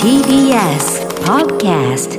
TBS Podcast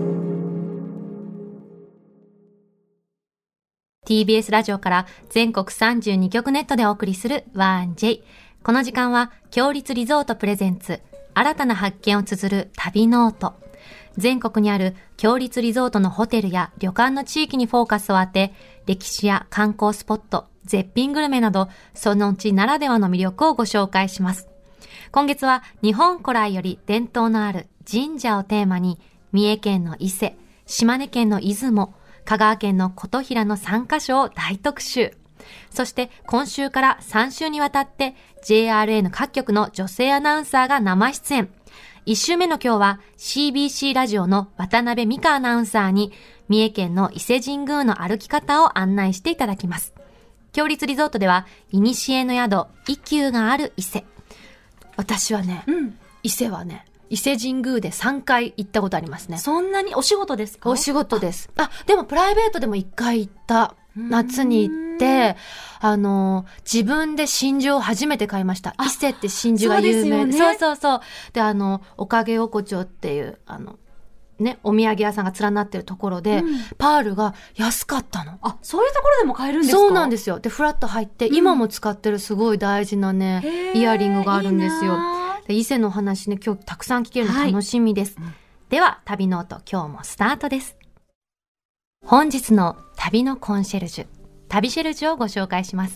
TBS ラジオから全国32局ネットでお送りする 1J。 この時間は強立リゾートプレゼンツ新たな発見を綴る旅ノート。全国にある強立リゾートのホテルや旅館の地域にフォーカスを当て、歴史や観光スポット、絶品グルメなどその地ならではの魅力をご紹介します。今月は日本古来より伝統のある神社をテーマに、三重県の伊勢、島根県の出雲、香川県の琴平の3カ所を大特集。そして今週から3週にわたって JRA の各局の女性アナウンサーが生出演。1週目の今日は CBC ラジオの渡辺美香アナウンサーに三重県の伊勢神宮の歩き方を案内していただきます。強立リゾートでは古の宿、伊宮がある伊勢。私はね、伊勢はね、伊勢神宮で3回行ったことありますね。 そんなにお仕事ですか？ お仕事です。でもプライベートでも1回行った。夏に行って、自分で真珠を初めて買いました。伊勢って真珠が有名で。そう。で、おかげ横丁っていう、お土産屋さんが連なってるところで、パールが安かったの。 そういうところでも買えるんですか？ そうなんですよ。で、フラッと入って、今も使ってるすごい大事なね、イヤリングがあるんですよ。で、伊勢の話ね、今日たくさん聞けるの楽しみです。では、旅ノート、今日もスタートです。本日の旅のコンシェルジュ、旅シェルジュをご紹介します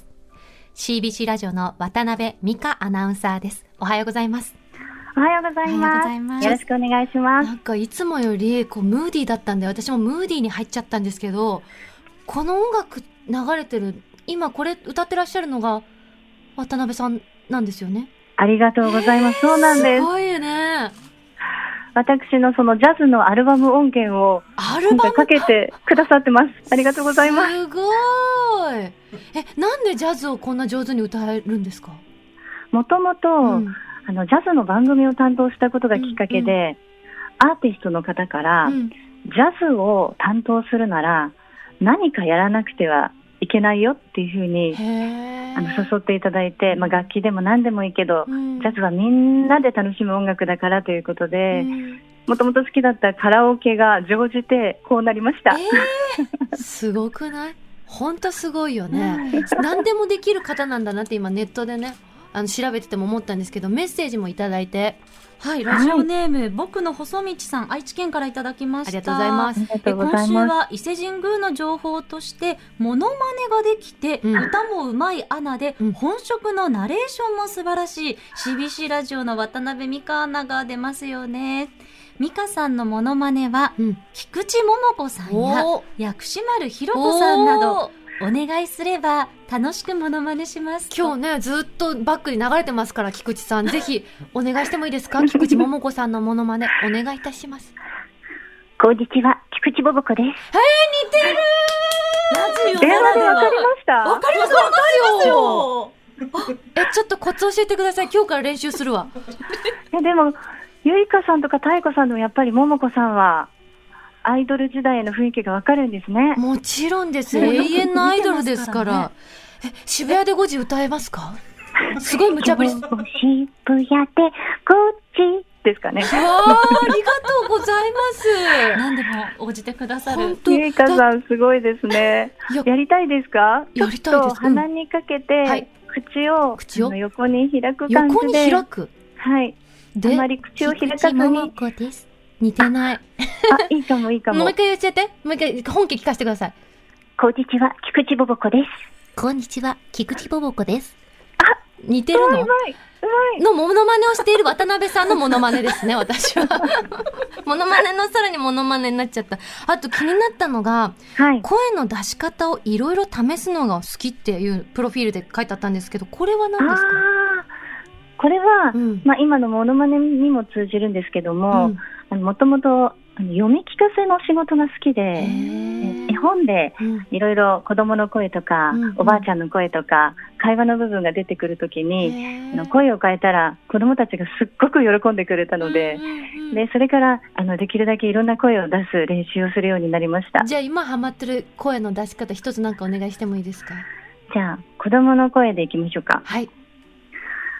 。CBC ラジオの渡辺美香アナウンサーです。おはようございます。 おはようございます。よろしくお願いします。 なんかいつもよりムーディーだったんで、私もムーディーに入っちゃったんですけど、この音楽流れてる、今これ歌ってらっしゃるのが渡辺さんなんですよね。 ありがとうございます。そうなんです。 すごいね。 私のそのジャズのアルバム音源を今回かけてくださってます。ありがとうございます。 すごい。なんでジャズをこんな上手に歌えるんですか？ もともとジャズの番組を担当したことがきっかけで、アーティストの方から、ジャズを担当するなら何かやらなくてはいけないよっていうふうに誘っていただいて、楽器でも何でもいいけど、ジャズはみんなで楽しむ音楽だからということで、もともと好きだったカラオケが乗じてこうなりました。 すごくない？本当すごいよね。何でもできる方なんだなって今ネットでね調べてても思ったんですけど、メッセージもいただいて、 はい、ラジオネーム、僕の細道さん、愛知県からいただきました。 ありがとうございます。 今週は伊勢神宮の情報としてモノマネができて、歌もうまいアナで、本職のナレーションも素晴らしい CBC ラジオの渡辺美香アナが出ますよね。美香さんのモノマネは、菊池桃子さんや薬師丸ひろ子さんなどお願いすれば楽しくモノマネします。 今日ねずっとバックに流れてますから、菊池さんぜひお願いしてもいいですか？菊池桃子さんのモノマネお願いいたします。 こんにちは、菊池桃子です。 似てる。 ラジオ電話でわかりました？ わかりますよ。 ちょっとコツ教えてください。今日から練習するわ。 でもゆいかさんとかたいこさんでもやっぱり桃子さんはアイドル時代の雰囲気がわかるんですね。 もちろんですよ。永遠のアイドルですから。渋谷で5時歌えますか？すごい無茶ぶり。 渋谷で5時ですかね。 ありがとうございます。 何でも応じてくださる。 ゆいかさんすごいですね。やりたいですか？ やりたいです。 ちょっと鼻にかけて、口を横に開く感じで。 横に開く。 はい。あまり口を開かずに。 桃子です。似てない。 いいかも。もう一回言っちゃって。もう一回本気聞かせてください。 こんにちは、菊池桃子です。 こんにちは、菊池桃子です。似てるの？ うまい。 のモノマネをしている渡辺さんのモノマネですね、私は。モノマネのさらにモノマネになっちゃった。あと気になったのが、声の出し方をいろいろ試すのが好きっていうプロフィールで書いてあったんですけど、これは何ですか？ これは、今のモノマネにも通じるんですけども、もともと読み聞かせの仕事が好きで、絵本でいろいろ子供の声とか、おばあちゃんの声とか会話の部分が出てくるときに、声を変えたら子供たちがすっごく喜んでくれたので、でそれからできるだけいろんな声を出す練習をするようになりました。 じゃあ今ハマってる声の出し方一つなんかお願いしてもいいですか？ じゃあ子供の声でいきましょうか。 はい。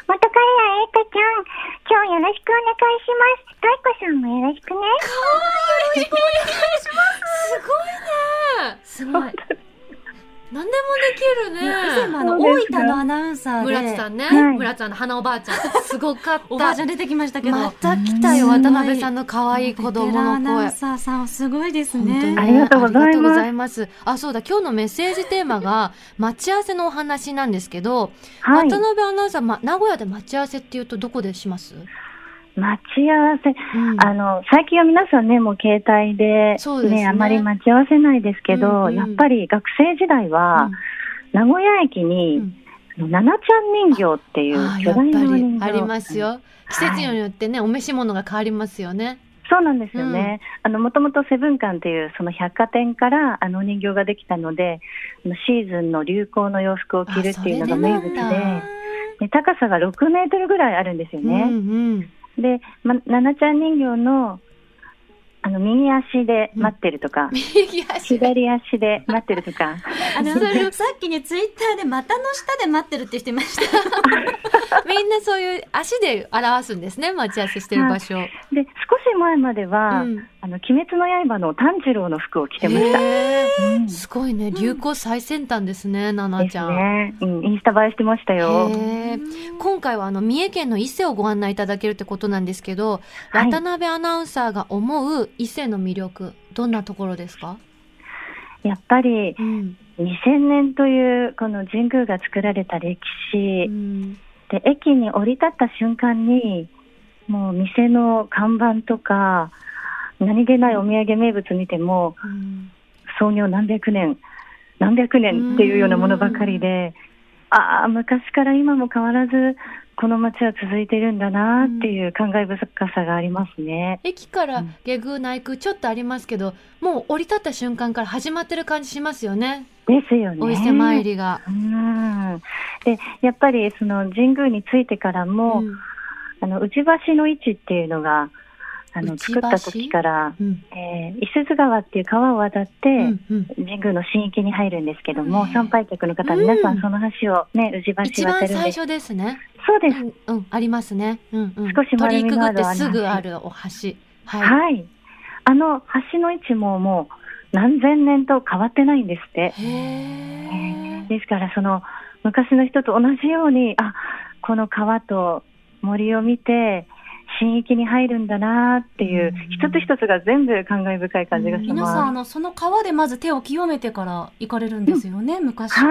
元カレエイカちゃん、今日よろしくお願いします。トイコさんもよろしくね。 よろしくお願いします。すごいね。すごい。何でもできるね。以前も大分のアナウンサーで村津さんね、村津さんの花おばあちゃんすごかった。 おばあちゃん出てきましたけど、 また来たよ、渡辺さんの可愛い子供の声。 アナウンサーさんすごいですね。 ありがとうございます。あ、そうだ、今日のメッセージテーマが待ち合わせのお話なんですけど、 はい、 渡辺アナウンサー、名古屋で待ち合わせっていうとどこでします？ 待ち合わせ、最近は皆さんね、もう携帯で、ね、あまり待ち合わせないですけど、やっぱり学生時代は、名古屋駅に、ナナちゃん人形っていう巨大な人形ありますよ。季節によってね、お召し物が変わりますよね。 そうなんですよね。もともとセブン館っていうその百貨店からお人形ができたので、シーズンの流行の洋服を着るっていうのが名物で、高さが6メートルぐらいあるんですよね。で、ナナちゃん人形の右足で待ってるとか、左足で待ってるとか。 さっきね、ツイッターで股の下で待ってるって人いました。 みんなそういう足で表すんですね、待ち合わせしてる場所。 で、少し前までは、鬼滅の刃の炭治郎の服を着てました。 すごいね、流行最先端ですね、ナナちゃん。 ですね。インスタ映えしてましたよ。 今回は三重県の伊勢をご案内いただけるってことなんですけど、渡辺アナウンサーが思う伊勢の魅力、どんなところですか？ やっぱり、2000年というこの神宮が作られた歴史、で駅に降り立った瞬間にもう店の看板とか何気ないお土産名物見ても、創業何百年っていうようなものばかりで、昔から今も変わらずこの街は続いているんだなっていう感慨深さがありますね。 駅から下宮内宮ちょっとありますけど、もう降り立った瞬間から始まってる感じしますよね。 ですよね。 お伊勢参りが。 で、やっぱりその神宮に着いてからも、内橋の位置っていうのが作った時から、伊勢津川っていう川を渡って、神宮の神域に入るんですけども、参拝客の方、皆さんその橋をね、宇治橋渡るんです。 一番最初ですね。 そうです。 ありますね。 少し丸みのある鳥居くぐってすぐあるお橋。 はい。橋の位置ももう何千年と変わってないんですって。ですからその昔の人と同じように、この川と森を見て神域に入るんだなっていう、一つ一つが全部感慨深い感じがします。 皆さんその川でまず手を清めてから行かれるんですよね、昔から。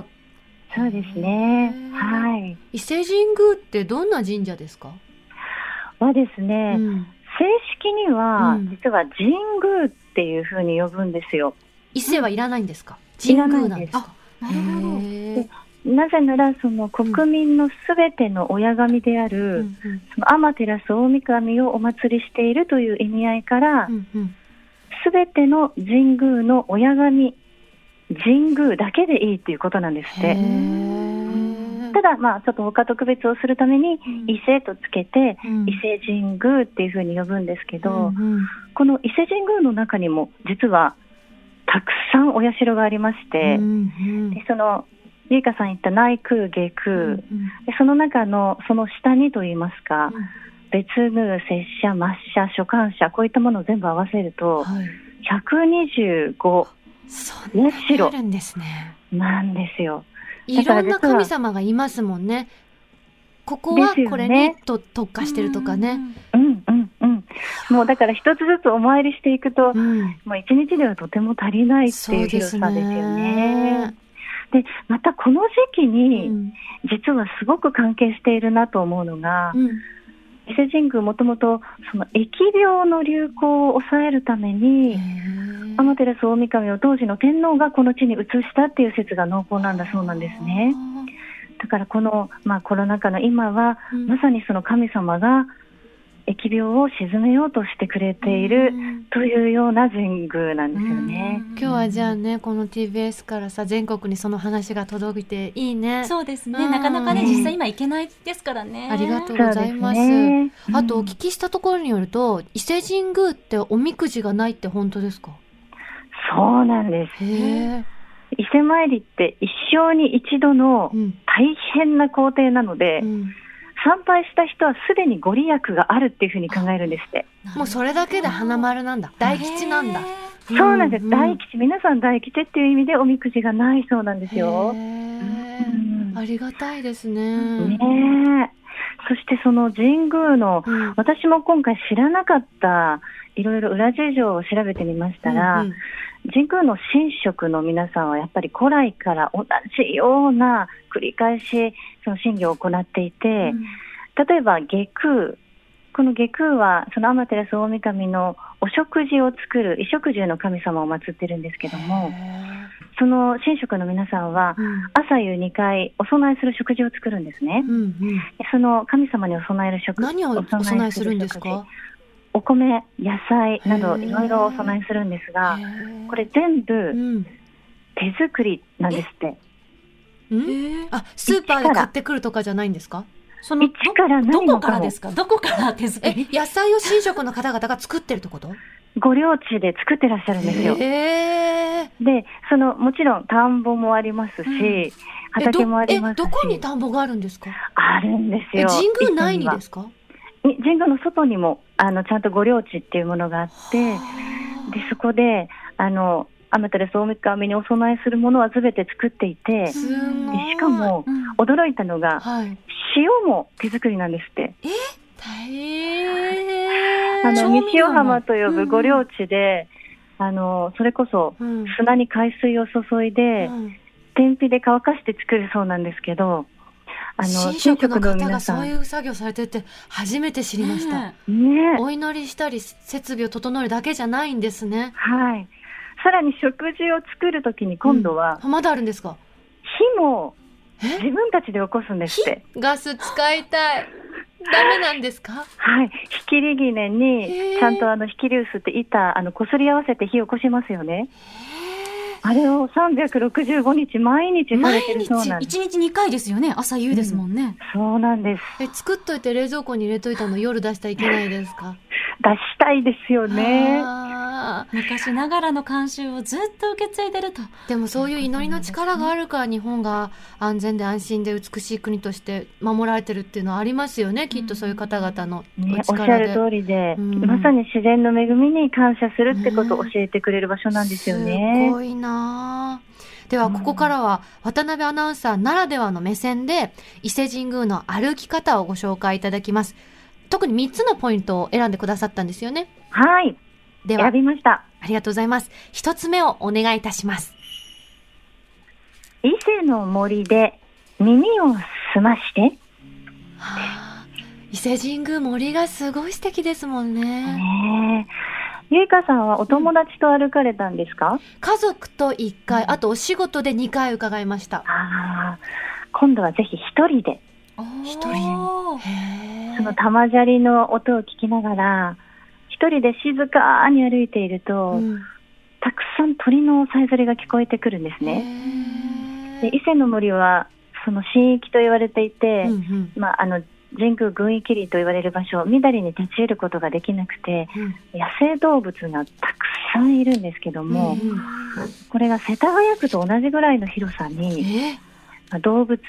そうですね。はい。 伊勢神宮ってどんな神社ですか？ はですね、正式には、実は神宮っていうふうに呼ぶんですよ。 伊勢はいらないんですか？神宮なんですか？ なるほど。 なぜならその国民のすべての親神である、その天照大神をお祭りしているという意味合いから、すべての神宮の親神、神宮だけでいいっていうことなんですって。ただちょっと他と区別をするために伊勢とつけて、伊勢神宮っていうふうに呼ぶんですけど、この伊勢神宮の中にも実はたくさんお社がありまして、でそのゆいかさん言った内宮下宮、でその中のその下にといいますか、別宮、摂社、末社、所管社、こういったものを全部合わせると、125社なんですね。 なんですよ。 いろんな神様がいますもんね。ここはこれに特化してるとかね。 もうだから一つずつお参りしていくと、もう一日ではとても足りないっていう広さですよね。で、またこの時期に、実はすごく関係しているなと思うのが、伊勢神宮もともとその疫病の流行を抑えるために、天照大神を当時の天皇がこの地に移したっていう説が濃厚なんだそうなんですね。だからこの、コロナ禍の今は、まさにその神様が疫病を鎮めようとしてくれているというような神宮なんですよね。 今日はじゃあね、この TBS から全国にその話が届いていいね。 そうですね。なかなかね、実際今行けないですからね。 ありがとうございます。あとお聞きしたところによると、伊勢神宮っておみくじがないって本当ですか？ そうなんです。伊勢参りって一生に一度の大変な工程なので、 参拝した人はすでにご利益があるっていうふうに考えるんですって。 もうそれだけで花丸なんだ。大吉なんだ。 そうなんです、大吉、皆さん大吉っていう意味でおみくじがないそうなんですよ。 ありがたいですね。 ねえ。そしてその神宮の、私も今回知らなかったいろいろ裏事情を調べてみましたら、神宮の神職の皆さんはやっぱり古来から同じような繰り返しその神業を行っていて、例えば下空、この下空はその天照大神のお食事を作る衣食住の神様を祀ってるんですけども、その神職の皆さんは朝夕2回お供えする食事を作るんですね。その神様にお供える食事、 何をお供えするんですか？ お米、野菜などいろいろお供えするんですが、これ全部手作りなんですって。 スーパーで買ってくるとかじゃないんですか？ その一から何もかも。 どこからですか？どこから手作り？ 野菜を神職の方々が作ってるってこと？ ご領地で作ってらっしゃるんですよ。で、もちろん田んぼもありますし、畑もありますし。 どこに田んぼがあるんですか？ あるんですよ。 神宮内にですか？ 神宮の外にもちゃんとご領地っていうものがあって、でそこで天照大神にお供えするものは全て作っていて、でしかも驚いたのが、塩も手作りなんですって。 大変。 西尾浜と呼ぶご領地で、それこそ砂に海水を注いで、天日で乾かして作るそうなんですけど、 神職の方がそういう作業されてて初めて知りました。お祈りしたり設備を整えるだけじゃないんですね。 はい。さらに食事を作るときに今度は、 まだあるんですか？ 火も自分たちで起こすんですって。 ガス使いたい。ダメなんですか？ はい。ひきりぎねにちゃんとひきりゅうすって板こすり合わせて火を起こしますよね。あれを365日毎日されてるそうなんです。 1日2回ですよね。朝夕ですもんね。 そうなんです。 作っといて冷蔵庫に入れといたの夜出したらいけないですか？ 出したいですよね。 昔ながらの慣習をずっと受け継いでると。 でもそういう祈りの力があるから日本が安全で安心で美しい国として守られてるっていうのはありますよね。きっとそういう方々のお力で、 おっしゃる通りで、まさに自然の恵みに感謝するってことを教えてくれる場所なんですよね。 すごいな。ではここからは渡辺アナウンサーならではの目線で伊勢神宮の歩き方をご紹介いただきます。特に3つのポイントを選んでくださったんですよね。 はい。 では選びました。 ありがとうございます。1つ目をお願いいたします。 伊勢の森で耳を澄まして。 伊勢神宮森がすごい素敵ですもんね。 ゆいかさんはお友達と歩かれたんですか？ 家族と1回、あとお仕事で2回伺いました。 今度はぜひ一人で。 一人。 その玉砂利の音を聞きながら一人で静かに歩いていると、たくさん鳥のさえずりが聞こえてくるんですね。で伊勢の森はその神域と言われていて、神宮軍域里と言われる場所、みだりに立ち入ることができなくて、野生動物がたくさんいるんですけども、これが世田谷区と同じぐらいの広さに、動物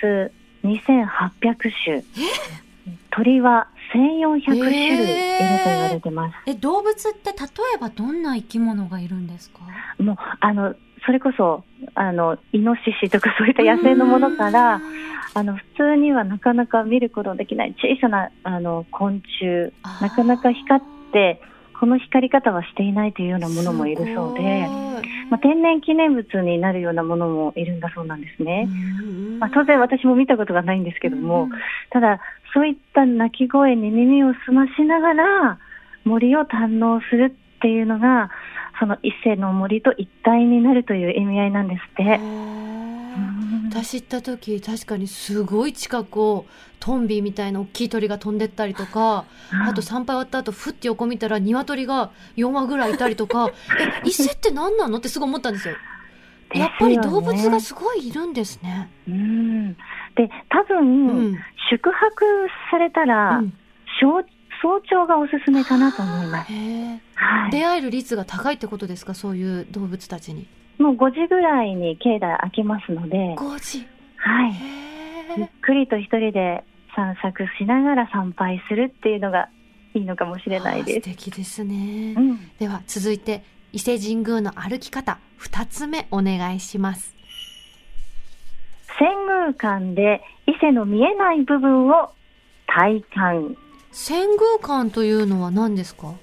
2800種、鳥は1400種類いると言われてます。 動物って例えばどんな生き物がいるんですか？ もうそれこそイノシシとかそういった野生のものから普通にはなかなか見ることのできない小さな昆虫、なかなか光ってこの光り方はしていないというようなものもいるそうで、天然記念物になるようなものもいるんだそうなんですね。当然私も見たことがないんですけども、ただそういった鳴き声に耳を澄ましながら森を堪能するっていうのがその伊勢の森と一体になるという意味合いなんですって。 私行った時確かにすごい近くをトンビみたいな大きい鳥が飛んでったりとか、あと参拝終わった後ふって横見たら鶏が4羽ぐらいいたりとか伊勢って何なのってすごい思ったんですよ。やっぱり動物がすごいいるんですね。 で多分、宿泊されたら、早朝がおすすめかなと思います。 出会える率が高いってことですか？そういう動物たちに。 もう5時ぐらいに境内開きますので。 5時。 はい。ゆっくりと一人で散策しながら参拝するっていうのがいいのかもしれないです。 素敵ですね、 うん、 では続いて伊勢神宮の歩き方2つ目お願いします。 遷宮館で伊勢の見えない部分を体感。 遷宮館というのは何ですか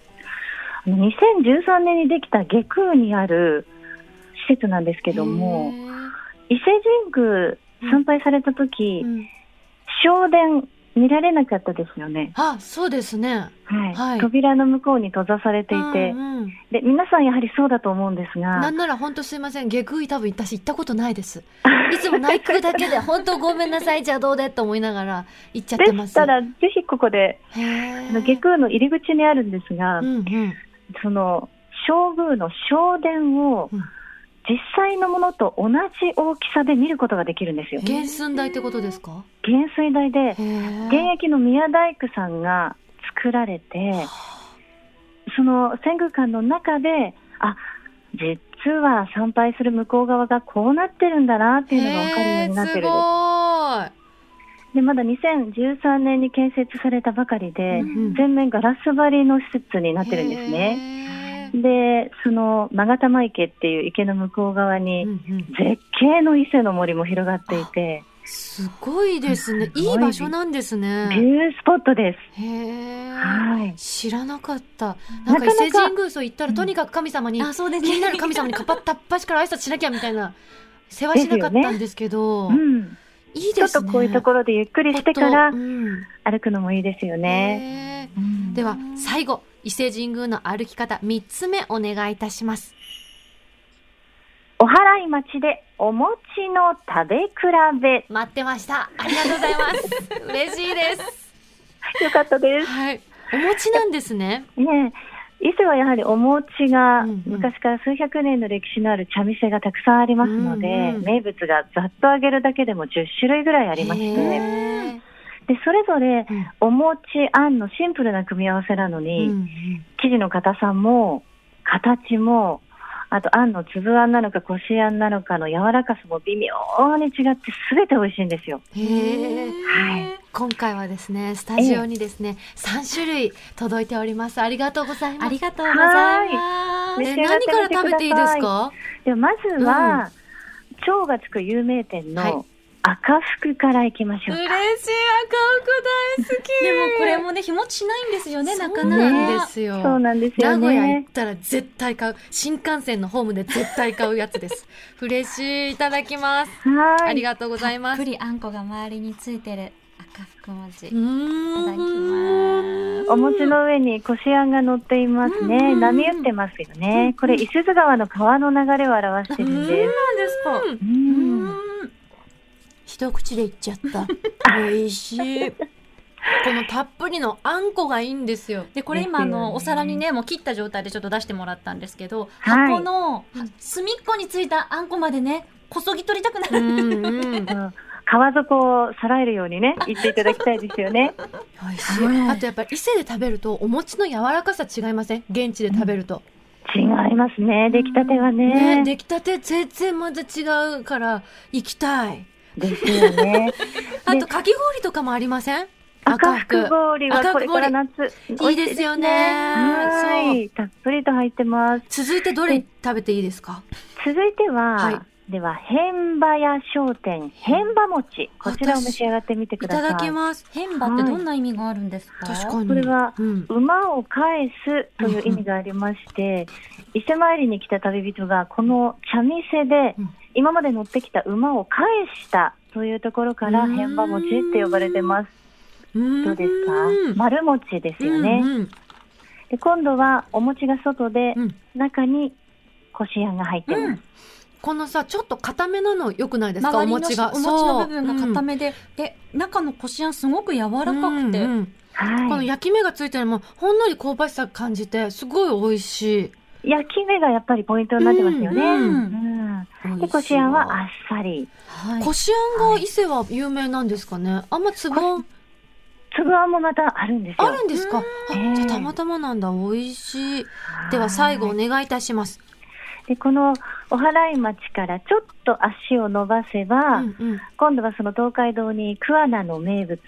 ？2013年にできた外宮にある施設なんですけども、伊勢神宮参拝された時、正殿見られなかったですよね。 あ、そうですね、 はいはい、 扉の向こうに閉ざされていて、で皆さんやはりそうだと思うんですが、 なんなら本当すいません、下宮多分私行ったことないです。いつも内宮だけで本当ごめんなさい、じゃあどうでと思いながら行っちゃってます。 でしたらぜひここで下宮の入り口にあるんですが、その正宮の正殿を実際のものと同じ大きさで見ることができるんですよ。 原寸大ってことですか？ 原寸大で現役の宮大工さんが作られて、その遷宮館の中で実は参拝する向こう側がこうなってるんだなっていうのが分かるようになってるんです。 すごい。 でまだ2013年に建設されたばかりで、全面ガラス張りの施設になってるんですね。でその勾玉池っていう池の向こう側に、絶景の伊勢の森も広がっていて、 すごいですね。いい場所なんですね。 ビュースポットです。 はい、知らなかった。なんか伊勢神宮そう行ったら、とにかく神様に、気になる神様に片っ端から挨拶しなきゃみたいな世話しなかったんですけど、いいですね。 ちょっとこういうところでゆっくりしてから歩くのもいいですよね。 では最後、伊勢神宮の歩き方3つ目お願いいたします。 お祓い待ちでお餅の食べ比べ。 待ってました。ありがとうございます嬉しいです。 よかったです。 はい、お餅なんですね。 ねえ、伊勢はやはりお餅が昔から数百年の歴史のある茶店がたくさんありますので、名物がざっと揚げるだけでも10種類ぐらいありますね。でそれぞれお餅あんのシンプルな組み合わせなのに、生地の硬さも形も、あとあんの粒あんなのかこしあんなのかの柔らかさも微妙に違って全て美味しいんですよ。 はい、今回はですねスタジオにですね、3種類届いております。ありがとうございます。 ありがとうございます。 何から食べていいですか？ でまずは、蝶がつく有名店の赤福からいきましょうか。 嬉しい、赤福大好き。でもこれもね日持ちしないんですよね、なかなか。 そうなんですよ。 そうなんですよね。 名古屋行ったら絶対買う、新幹線のホームで絶対買うやつです。嬉しい、いただきます。ありがとうございます。 たっぷりあんこが周りについてる赤福餅、いただきます。 お餅の上にこしあんが乗っていますね。波打ってますよね。これ伊勢津川の川の流れを表してるんです。 そうなんですか。 一口でいっちゃった美味しい。このたっぷりのあんこがいいんですよ。 でこれ今お皿にねもう切った状態でちょっと出してもらったんですけど、箱の隅っこについたあんこまでねこそぎ取りたくなる。 皮底をさらえるようにね言っていただきたいですよね。 美味しい。あとやっぱり伊勢で食べるとお餅の柔らかさ違いません？現地で食べると、 違いますね。出来たてはね。 出来たて全然また違うから行きたいですよね。 あとかき氷とかもありません？ 赤福氷はこれから夏いいですよね。 はい、たっぷりと入ってます。 続いてどれ食べていいですか？ 続いては、では変馬屋商店変馬餅、こちらを召し上がってみてください。 いただきます。 変馬ってどんな意味があるんですか？ 確かにこれは、馬を返すという意味がありまして、伊勢参りに来た旅人がこの茶店で、今まで乗ってきた馬を返したというところから変馬餅って呼ばれてます。どうですか？丸餅ですよね。で今度はお餅が外で、中にこしあんが入ってます。 このさちょっと固めなの良くないですか？ 周りのお餅が、 お餅の部分が固めで、で中のこしあんすごく柔らかくて、 この焼き目がついてるのもほんのり香ばしさ感じてすごい美味しい。 焼き目がやっぱりポイントになってますよね。でこしあんはあっさり。 こしあんが伊勢は有名なんですかね？あんま粒あん粒あんもまたあるんですよ。 あるんですか？じゃあたまたまなんだ。美味しい。では最後お願いいたします。 でこのお祓い町からちょっと足を伸ばせば、今度はその東海道に桑名の名物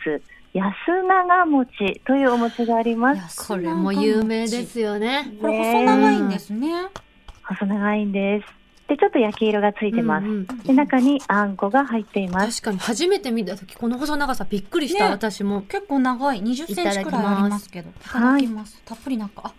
安長餅というお餅があります。 これも有名ですよね。 これ細長いんですね。 細長いんです。で、ちょっと焼き色がついてます。で、中にあんこが入っています。 確かに初めて見たとき、この細長さびっくりした、ね、私も。 結構長い。20センチくらいありますけど。いただきます。たっぷり中。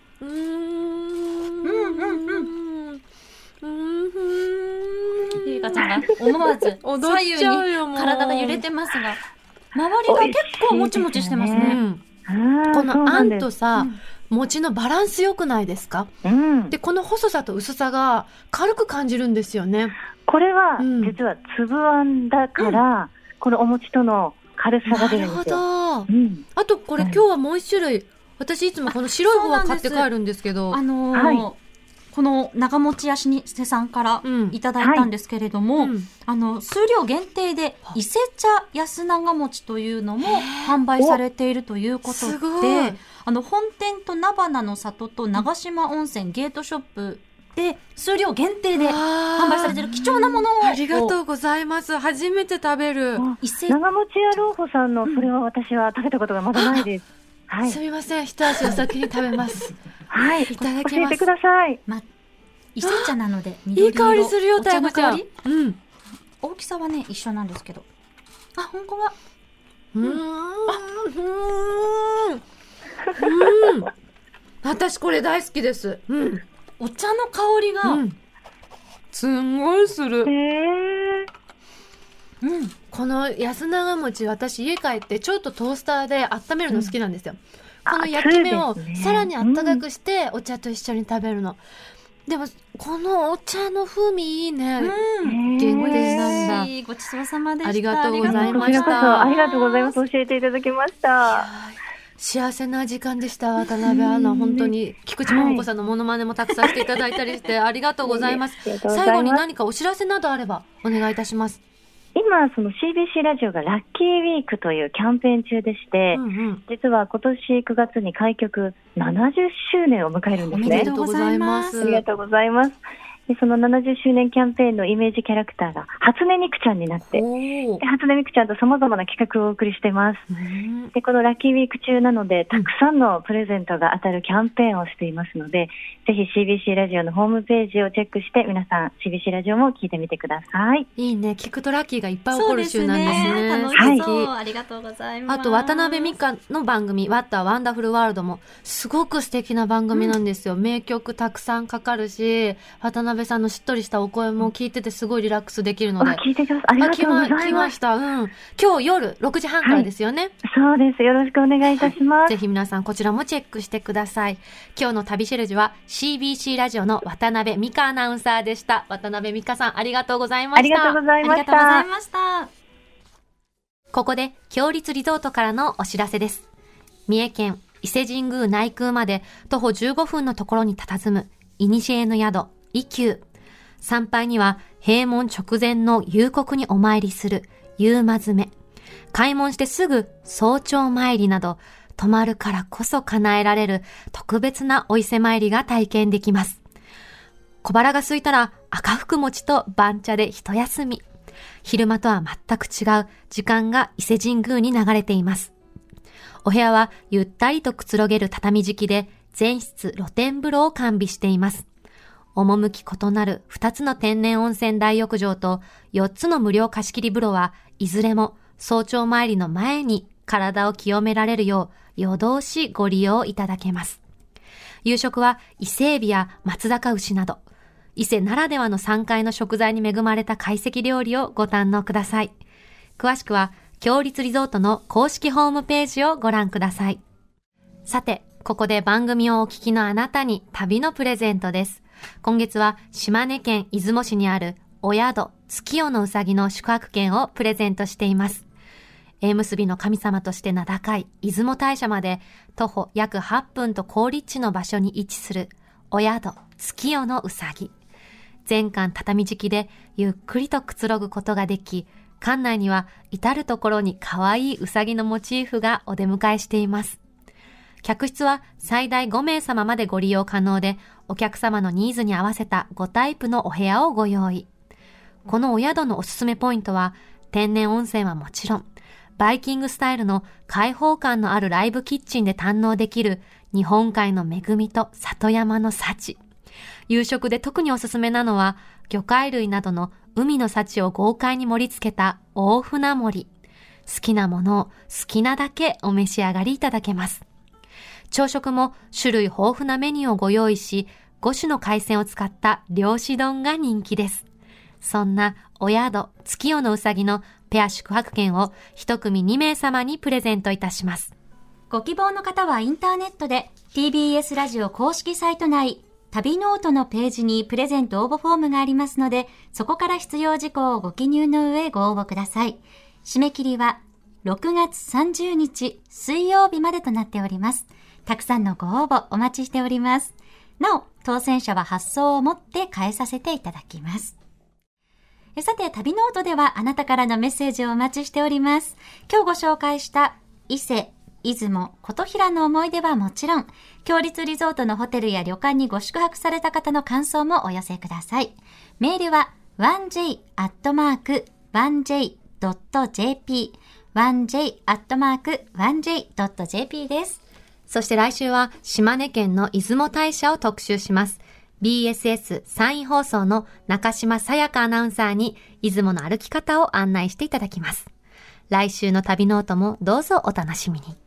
ゆりかちゃんが思わず左右に体が揺れてますが、周りが結構もちもちしてますね。 このあんとさ、餅のバランス良くないですか？で、この細さと薄さが軽く感じるんですよね。 これは、実は粒あんだから、このお餅との軽さが出るんですよ。 なるほど。あとこれ今日はもう一種類、私いつもこの白い方は買って帰るんですけど、 この長持ちやしにせさんからいただいたんですけれども、数量限定で伊勢茶安長餅というのも販売されているということで、本店と菜花の里と長島温泉ゲートショップで数量限定で販売されている貴重なものを。 ありがとうございます。初めて食べる。 長持ちや老舗さんのそれは私は食べたことがまだないです。 すみません、一足お先に食べます。 はい、 いただきます。 教えてください。 伊勢茶なのでいい香りするよ、 お茶の香り。 大きさはね一緒なんですけど、本当だ。 私これ大好きです。 お茶の香りが、 すんごいする。この安長餅、私家帰ってちょっとトースターで温めるの好きなんですよ。この焼き目をさらに温かくしてお茶と一緒に食べるの。でもこのお茶の風味いいね。限定なんだ。 ごちそうさまでした。 ありがとうございました。 ありがとうございます。教えていただきました。 幸せな時間でした。渡辺アナ、本当に菊池桃子さんのモノマネもたくさんしていただいたりしてありがとうございます。最後に何かお知らせなどあればお願いいたします。 今、その CBC ラジオがラッキーウィークというキャンペーン中でして、実は今年9月に開局70周年を迎えるんですね。 おめでとうございます。 ありがとうございます。で、その70周年キャンペーンのイメージキャラクターが初音ミクちゃんになって、で初音ミクちゃんと様々な企画をお送りしています。で、このラッキーウィーク中なので、たくさんのプレゼントが当たるキャンペーンをしていますので、ぜひ CBC ラジオのホームページをチェックして、皆さん CBC ラジオも聞いてみてください。 いいね。聞くとラッキーがいっぱい起こる週なんですね。 楽しそう。ありがとうございます。 あと、渡辺美香の番組、What a Wonderful World も、すごく素敵な番組なんですよ。名曲たくさんかかるし、渡辺さんのしっとりしたお声も聞いててすごいリラックスできるので。 聞いてください。ありがとうございます。 来ました。今日夜6時半からですよね。 そうです。よろしくお願いいたします。 ぜひ皆さんこちらもチェックしてください。今日の旅シェルジュは CBC ラジオの渡辺美香アナウンサーでした。渡辺美香さん、ありがとうございました。 ありがとうございました。ありがとうございました。 ここで、強立リゾートからのお知らせです。三重県伊勢神宮内宮まで徒歩15分のところに佇む、いにしえの宿、伊宮。参拝には、閉門直前の夕刻にお参りする、夕間詰め。開門してすぐ、早朝参りなど、泊まるからこそ叶えられる特別なお伊勢参りが体験できます。小腹が空いたら赤福餅と番茶で一休み。昼間とは全く違う時間が伊勢神宮に流れています。お部屋はゆったりとくつろげる畳敷きで全室露天風呂を完備しています。趣異なる2つの天然温泉大浴場と4つの無料貸し切り風呂はいずれも早朝参りの前に体を清められるよう夜通しご利用いただけます。夕食は伊勢海老や松阪牛など、伊勢ならではの山海の食材に恵まれた懐石料理をご堪能ください。詳しくは、強立リゾートの公式ホームページをご覧ください。さて、ここで番組をお聞きのあなたに旅のプレゼントです。今月は島根県出雲市にあるお宿月夜のうさぎの宿泊券をプレゼントしています。縁結びの神様として名高い出雲大社まで徒歩約8分と好立地の場所に位置するお宿月夜のうさぎ。全館畳敷きでゆっくりとくつろぐことができ、館内には至るところに可愛いうさぎのモチーフがお出迎えしています。客室は最大5名様までご利用可能で、お客様のニーズに合わせた5タイプのお部屋をご用意。このお宿のおすすめポイントは、天然温泉はもちろん、 バイキングスタイルの開放感のあるライブキッチンで堪能できる日本海の恵みと里山の幸。夕食で特におすすめなのは、魚介類などの海の幸を豪快に盛り付けた大船盛り。好きなものを好きなだけお召し上がりいただけます。朝食も種類豊富なメニューをご用意し、5種の海鮮を使った漁師丼が人気です。そんなお宿月夜のうさぎのペア宿泊券を一組2名様にプレゼントいたします。 ご希望の方はインターネットで TBS ラジオ公式サイト内旅ノートのページにプレゼント応募フォームがありますので、そこから必要事項をご記入の上ご応募ください。締め切りは6月30日水曜日までとなっております。たくさんのご応募お待ちしております。なお、当選者は発送をもって返させていただきます。さて、旅ノートではあなたからのメッセージをお待ちしております。今日ご紹介した伊勢、出雲、琴平の思い出はもちろん、強立リゾートのホテルや旅館にご宿泊された方の感想もお寄せください。メールは 1j@1j.jp1j@1j.jp です。 そして来週は島根県の出雲大社を特集します。BSS 山陰放送の中島さやかアナウンサーに出雲の歩き方を案内していただきます。来週の旅ノートもどうぞお楽しみに。